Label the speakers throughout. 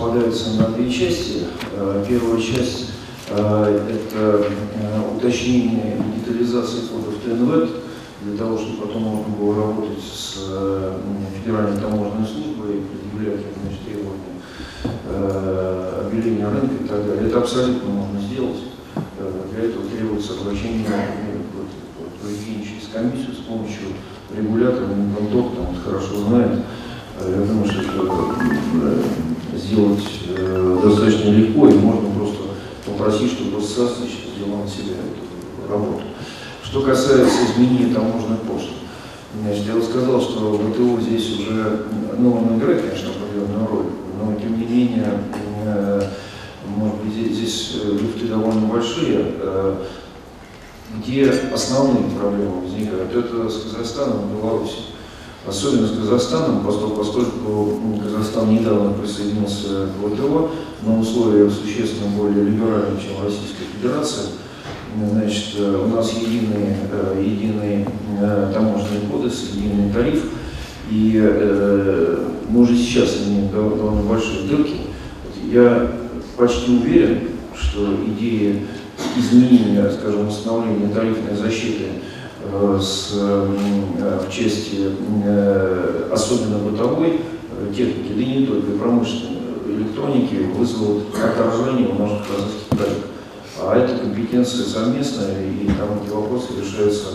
Speaker 1: распадается на две части. Первая часть – это уточнение и детализация кодов ТНВЭД, для того, чтобы потом можно было работать с Федеральной таможенной службой и предъявлять, значит, требования объявления рынка и так далее. Это абсолютно можно сделать. Для этого требуется обращение в через комиссию с помощью регулятора, Минпромторг там хорошо знает. Я думаю, что это сделать достаточно легко, и можно просто попросить, чтобы САС сделал на себя эту работу. Что касается изменения таможенной почты, значит, я бы сказал, что ВТО здесь уже, он играет, конечно, определенную роль, но тем не менее, может быть, здесь люфты довольно большие. Где основные проблемы возникают? Это с Казахстаном и Беларусью. Особенно с Казахстаном, поскольку Казахстан недавно присоединился к ВТО, но условия существенно более либеральные, чем Российская Федерация. Значит, у нас единый таможенный кодекс, единый тариф, и мы уже сейчас имеем довольно большие дырки. Я почти уверен, что идея изменения, скажем, установления тарифной защиты в части особенно бытовой техники, да и не только, и промышленной электроники, вызовут отторжение у наших казахских коллег. А это компетенция совместная, и там эти вопросы решаются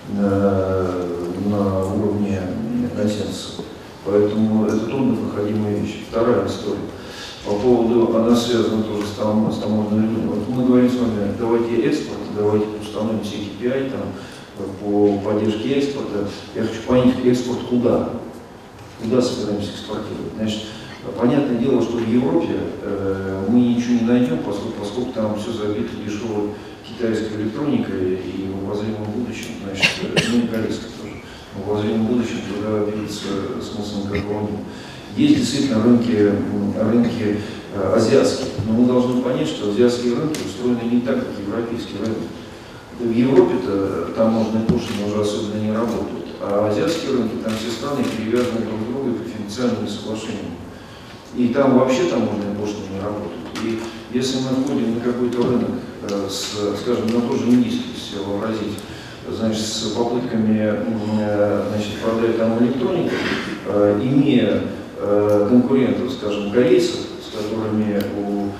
Speaker 1: на уровне консенсуса. Поэтому это труднопроходимая вещь. Вторая история. По поводу, она связана тоже с таможенной регулировкой. Вот мы говорим с вами, давайте экспорт, давайте установим все KPI там, по поддержке экспорта. Я хочу понять, экспорт куда? Куда собираемся экспортировать? Значит, понятное дело, что в Европе мы ничего не найдем, поскольку там все забито дешевой китайской электроникой, и в обозримом будущем, значит, ну и корейской тоже, в обозримом будущем туда двигаться смыслом какого нет. Есть действительно рынки азиатские, но мы должны понять, что азиатские рынки устроены не так, как европейские рынки. В Европе-то таможенные пошлины уже особенно не работают, а азиатские рынки, там все страны привязаны друг к другу преференциальными соглашениями. И там вообще таможенные пошлины не работают. И если мы входим на какой-то рынок, скажем, на тот же индийский, если вообразить, значит, с попытками продать там электронику, имея конкурентов, скажем, корейцев, с которыми у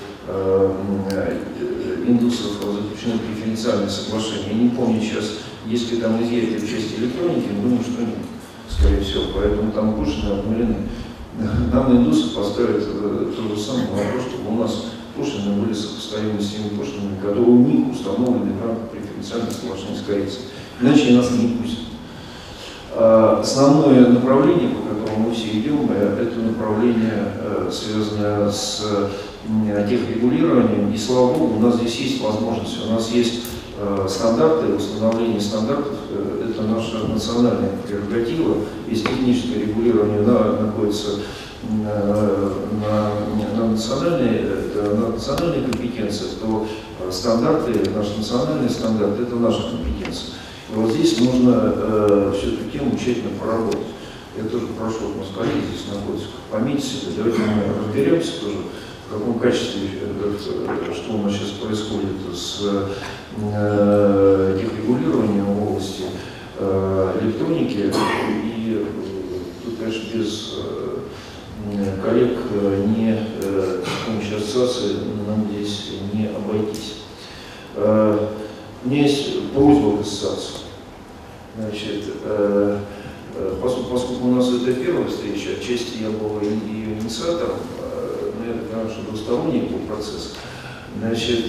Speaker 1: индусов заключены преференциальные соглашения. Я не помню сейчас, есть ли там изъятие в части электроники, но думаю, что нет, скорее всего, поэтому там пошлины обнулены. Нам индусы поставят то же самое вопрос, чтобы у нас пошлины были сопоставимы с теми пошлинами, которые у них установлены в рамках преференциальных соглашений с корейцами. Иначе нас не пустят. Основное направление, по которому мы все идем, это направление, связанное с техрегулированием. И слава богу, у нас здесь есть возможности, у нас есть стандарты, установление стандартов – это наша национальная прерогатива. Если техническое регулирование находится на национальной компетенции, то стандарты, наши национальные стандарты – это наша компетенция. И вот здесь нужно всю эту тему тщательно проработать. Я тоже прошу, вот у нас коллеги здесь находятся, пометьте себе, давайте мы разберемся тоже, в каком качестве, что у нас сейчас происходит с техрегулированием в области электроники. И тут, конечно, без коллег с помощью ассоциации нам здесь не обойтись. У меня есть просьба к ассоциации. Значит, поскольку у нас это первая встреча, отчасти я был ее инициатором, но это, конечно, двусторонний был процесс. Значит,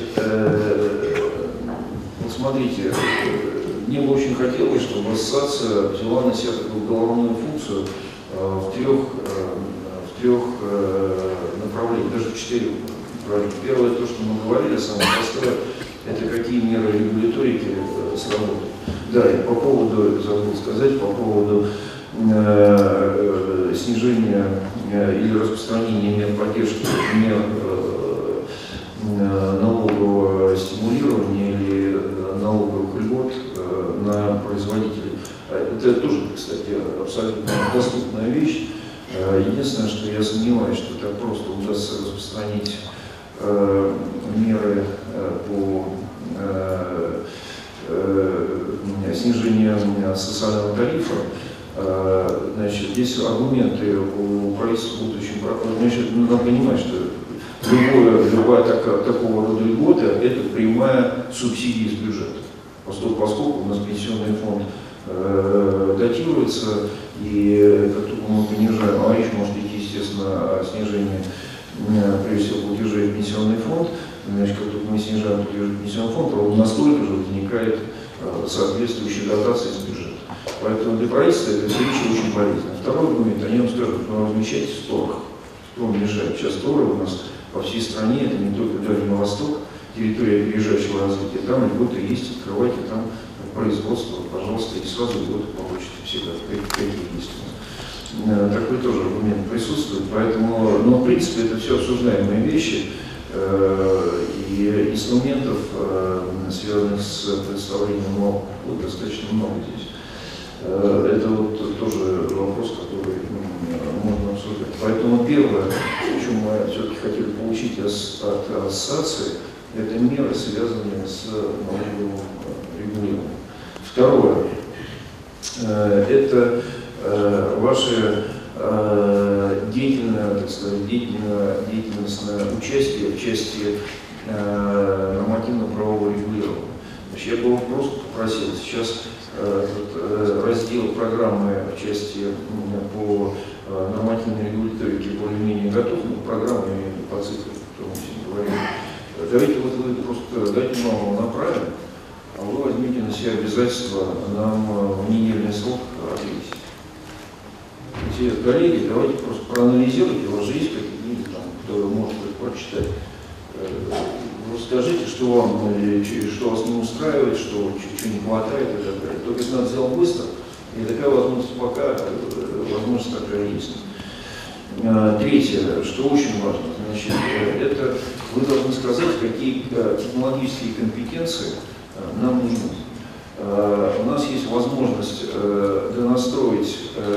Speaker 1: вот смотрите, мне бы очень хотелось, чтобы ассоциация взяла на себя такую головную функцию в трех направлениях, даже в 4. Первое, то, что мы говорили, самое простое, это какие меры регуляторики сработают. Да, и по поводу, забыл сказать, по поводу снижения или распространения мер поддержки, мер налогового стимулирования или налоговых льгот на производителей. Это тоже, кстати, абсолютно доступная вещь. Единственное, что я сомневаюсь, что так просто удастся распространить меры по снижению социального тарифа. Значит, здесь аргументы у правительства будут очень прокладные. Значит, надо понимать, что любая такого рода льгота – это прямая субсидия из бюджета. Поскольку у нас пенсионный фонд датируется, и как только мы понижаем, а речь может идти, естественно, о снижении, прежде всего, платежей в пенсионный фонд, значит, как только мы снижаем платежи в пенсионный фонд, ровно настолько же возникает соответствующая дотация из бюджета. Поэтому для правительства эта вещь очень полезна. Второй аргумент, они вам скажут, ну размещайте в сторах. Кто вам мешает? Сейчас сторы у нас по всей стране, это не только Дальний Восток, территория опережающего развития, там льготы есть, открывайте там производство, пожалуйста, и сразу льготы получите всегда, какие есть у нас. Такой тоже аргумент присутствует, поэтому, но в принципе это все обсуждаемые вещи, и инструментов, связанных с представлением налогов, достаточно много здесь. Это вот тоже вопрос, который можно обсуждать. Поэтому первое, о чем мы все-таки хотели получить от ассоциации, это меры, связанные с налоговым регулированием. Второе, это ваше деятельное, так сказать, деятельностное участие в части нормативно-правового регулирования. Значит, я бы вас просто попросил сейчас раздел программы в части по нормативной регуляторике более-менее готов, но программа имеет по цифре, о которой мы сегодня говорим. Давайте вот вы просто дайте нам его направим, а вы возьмите на себя обязательство нам в недельный срок ответить. Коллеги, давайте просто проанализируйте, у вас же есть какие-то книги, кто может прочитать. Расскажите, что вас не устраивает, что не хватает и так далее. Только если надо сделать быстро, и такая возможность пока, возможность такая есть. Третье, что очень важно, значит, это вы должны сказать, какие технологические компетенции нам нужны. У нас есть возможность донастроить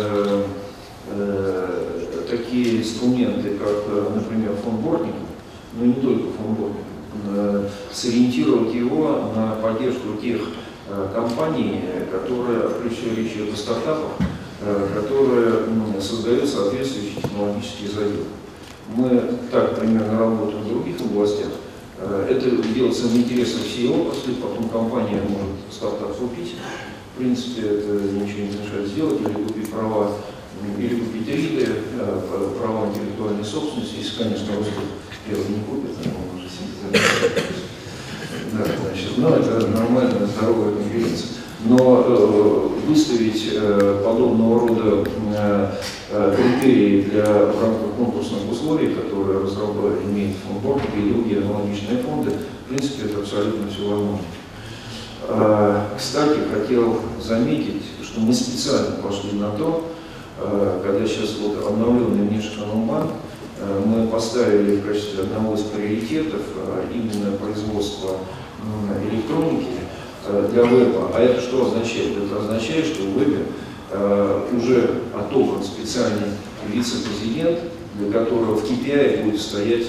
Speaker 1: такие инструменты, как, например, фонд Бортников, но не только фонд Бортников, сориентировать его на поддержку тех компаний, которые, прежде речь идет о стартапах, которые создают соответствующие технологические заделы. Мы так примерно работаем в других областях. Это делается в интересах всей отрасли, потом компания может стартап купить. В принципе, это ничего не мешает сделать, или купить права, или купить риды, права интеллектуальной собственности, если, конечно, русских первый не купит, он уже сидит. Да, значит, но это нормальная, здоровая конференция. Но выставить подобного рода критерии в рамках конкурсных условий, которые имеет фонд Бортников и другие аналогичные фонды, в принципе, это абсолютно все возможно. Кстати, хотел заметить, что мы специально пошли на то, когда сейчас вот обновленный Внешэкономбанк, мы поставили в качестве одного из приоритетов именно производство электроники для веба. А это что означает? Это означает, что в вебе уже отобран специальный вице-президент, для которого в KPI будет стоять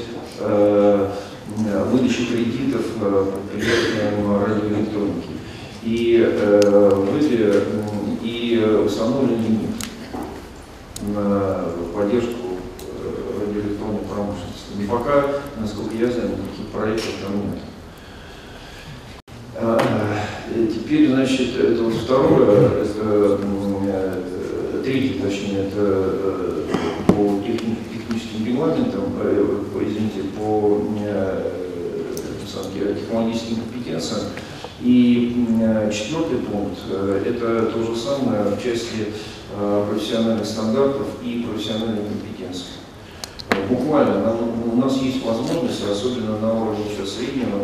Speaker 1: выдача кредитов предприятиям радиоэлектроники. И в вебе и установлен лимит на поддержку радиоэлектронной промышленности. Но пока, насколько я знаю, никаких проектов там нет. Теперь, значит, это вот второе, это третье, точнее, это по техническим регламентам, извините, по технологическим компетенциям. И четвертый пункт, это то же самое в части профессиональных стандартов и профессиональной компетенции. Буквально у нас есть возможность, особенно на уровне сейчас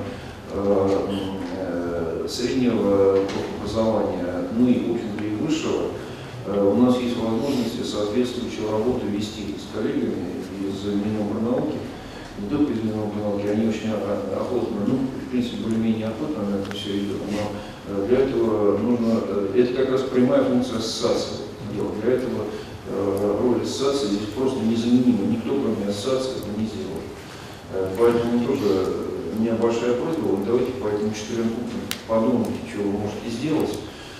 Speaker 1: среднего образования, ну и, в общем-то, и высшего, у нас есть возможности соответствующую работу вести с коллегами из Минобрнауки, не только из Минобрнауки, они очень охотно, в принципе, более-менее охотно на это все идет, но для этого нужно, это как раз прямая функция ассоциации. Для этого роль ассоциации здесь просто незаменима, никто, кроме ассоциации, это не сделал. Поэтому тоже у меня большая просьба, вот давайте по этим 4 пунктам подумайте, что вы можете сделать.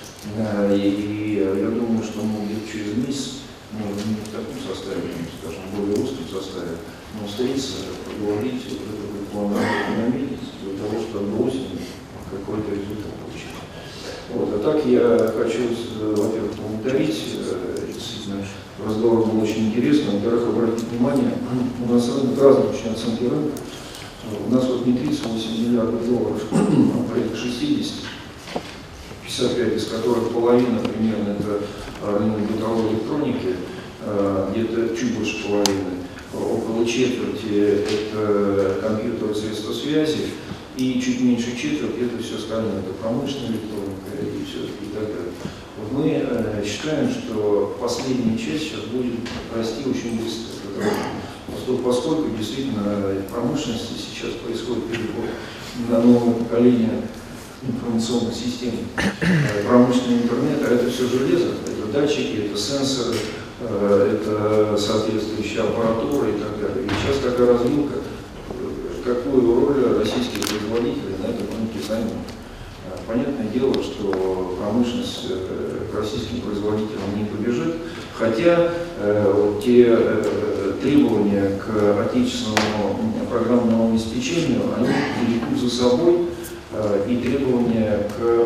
Speaker 1: И я думаю, что мы где-то через месяц, не в таком составе, скажем, более узком составе, но встретиться, поговорить, вот этот план работы наметить, для того, чтобы осенью какой-то результат получить. Вот. А так я хочу, во-первых, поблагодарить. Действительно, разговор был очень интересный. Во-вторых, обратить внимание, у нас рынок разный, очень оценки рынка. У нас вот не 38 миллиардов долларов, а порядка 60, 55 из которых половина примерно это рынок бытовой электроники, где-то чуть больше половины, около четверти это компьютеры, средства связи, и чуть меньше четверти это все остальное, это промышленная электроника и все и так далее. Вот мы считаем, что последняя часть сейчас будет расти очень быстро. Поскольку действительно в промышленности сейчас происходит переход на новое поколение информационных систем, промышленный интернет, а это все железо, это датчики, это сенсоры, это соответствующая аппаратура и так далее. И сейчас такая развилка, какую роль российские производители на этом рынке займут. Понятное дело, что промышленность к российским производителям не побежит, хотя те требования к отечественному программному обеспечению, они влекут за собой и требования к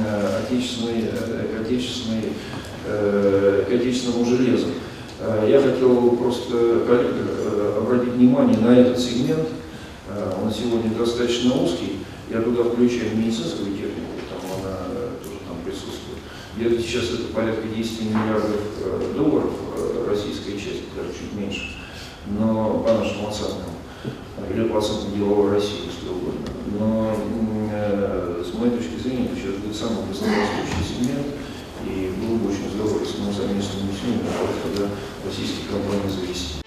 Speaker 1: отечественному железу. Я хотел просто, коллеги, обратить внимание на этот сегмент. Он сегодня достаточно узкий. Я туда включаю медицинскую технику, там она тоже там присутствует. Где-то сейчас это порядка 10 миллиардов долларов российская часть, даже чуть меньше. Но по нашим оценкам, или по оценкам деловой России, если угодно. Но с моей точки зрения, это сейчас будет самый быстрорастущий сегмент, и было бы очень здорово, если мы совместными усилиями, когда российские компании завести.